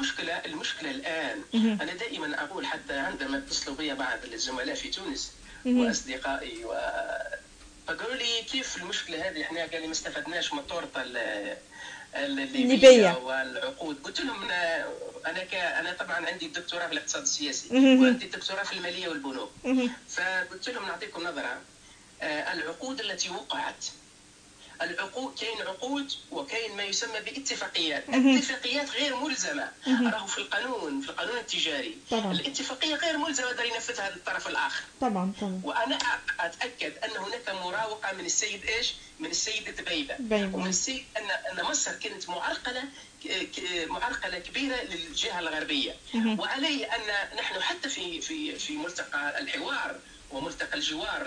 المشكله الان، انا دائما اقول حتى عندما اتصلوا بي بعض الزملاء في تونس واصدقائي فقالوا لي كيف المشكله هذه، احنا قال لي ما استفدناش من التورته الليبيه والعقود. قلت لهم انا طبعا عندي الدكتوراه في الاقتصاد السياسي وعندي الدكتوراه في الماليه والبنوك، فقلت لهم نعطيكم نظره. العقود التي وقعت، كاين عقود وكاين ما يسمى باتفاقيات. الاتفاقيات غير ملزمه، راهو في القانون التجاري طبعا. الاتفاقيه غير ملزمه دار ينفذها الطرف الاخر طبعا. وانا اتاكد ان هناك مراوغه من السيد من السيد دبيبه ومن السيد ان مصر كانت معرقله كبيره للجهه الغربيه، وعليه ان نحن حتى في ملتقى الحوار وملتقى الجوار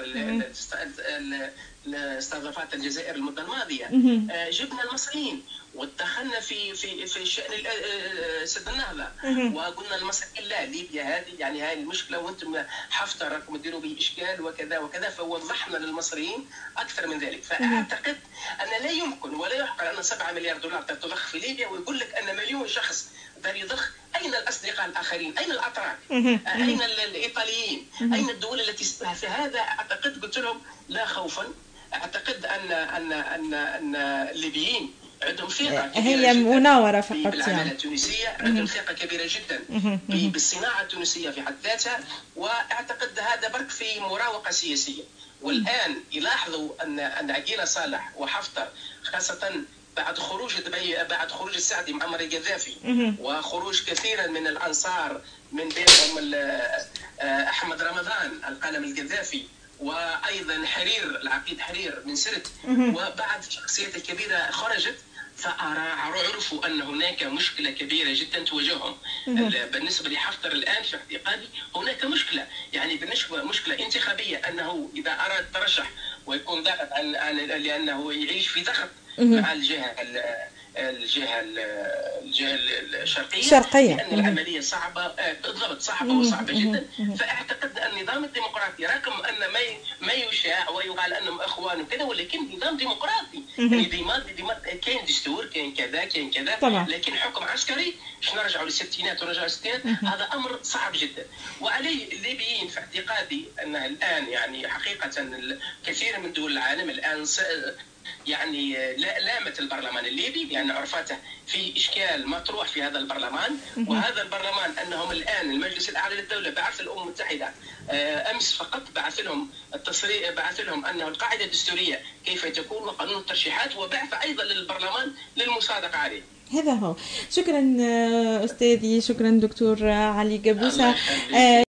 استضافات الجزائر المده الماضيه، جبنا المصريين ودخلنا في شان سد النهضه، وقلنا المصريين لا، ليبيا هذه يعني هاي المشكله وانتم حفتر راكم تديروا به اشكال وكذا وكذا، فوضحنا للمصريين اكثر من ذلك. فاعتقد ان لا يمكن ولا يحقر ان 7 مليار دولار تضخ في ليبيا ويقول لك ان مليون شخص دار يضخ. اين الاصدقاء الاخرين؟ اين الاتراك؟ اين الايطاليين؟ اين الدول التي في هذا؟ اعتقد قلت لهم لا خوفا، اعتقد ان الليبيين عندهم ثقه كبيره هي مناوره فقط بالعماله التونسيه، عندهم ثقه كبيره جدا بالصناعه التونسيه في حد ذاتها، واعتقد هذا برك في مراوغه سياسيه. والان يلاحظوا ان عقيله صالح وحفتر خاصه بعد خروج السعدي معمر القذافي وخروج كثيرا من الانصار من بينهم احمد رمضان القلم القذافي، وايضا العقيد حرير من سرت، وبعد شخصيات كبيره خرجت، فعرفوا ان هناك مشكله كبيره جدا تواجههم. بالنسبه لحفتر الان في اعتقادي هناك مشكله، يعني بالنسبه مشكله انتخابيه، انه اذا اراد ترشح ويكون ضغط لانه يعيش في ضغط مع الجهه الشرقيه، لان العمليه صعبه بالضبط، صعبه جدا. فاعتقد ان النظام الديمقراطي رغم ان ما يشاع ويقال انهم اخوان وكذا، ولكن نظام ديمقراطي يعني كاين دستور، كاين كذا طبعا. لكن حكم عسكري نرجعوا للستينات ونرجعوا للستينات، هذا امر صعب جدا. وعليه الليبيين في اعتقادي انه الان يعني حقيقه كثير من دول العالم الان يعني لامت البرلمان الليبي لان عرفاته في اشكال مطروح في هذا البرلمان، وهذا البرلمان انهم الان المجلس الاعلى للدوله بعث الامم المتحده امس فقط بعث لهم التصريح، بعث لهم انه القاعده الدستوريه كيف تكون وقانون الترشيحات، وبعث ايضا للبرلمان للمصادقه عليه. هذا هو. شكرا استاذي، شكرا دكتور علي قبوسه.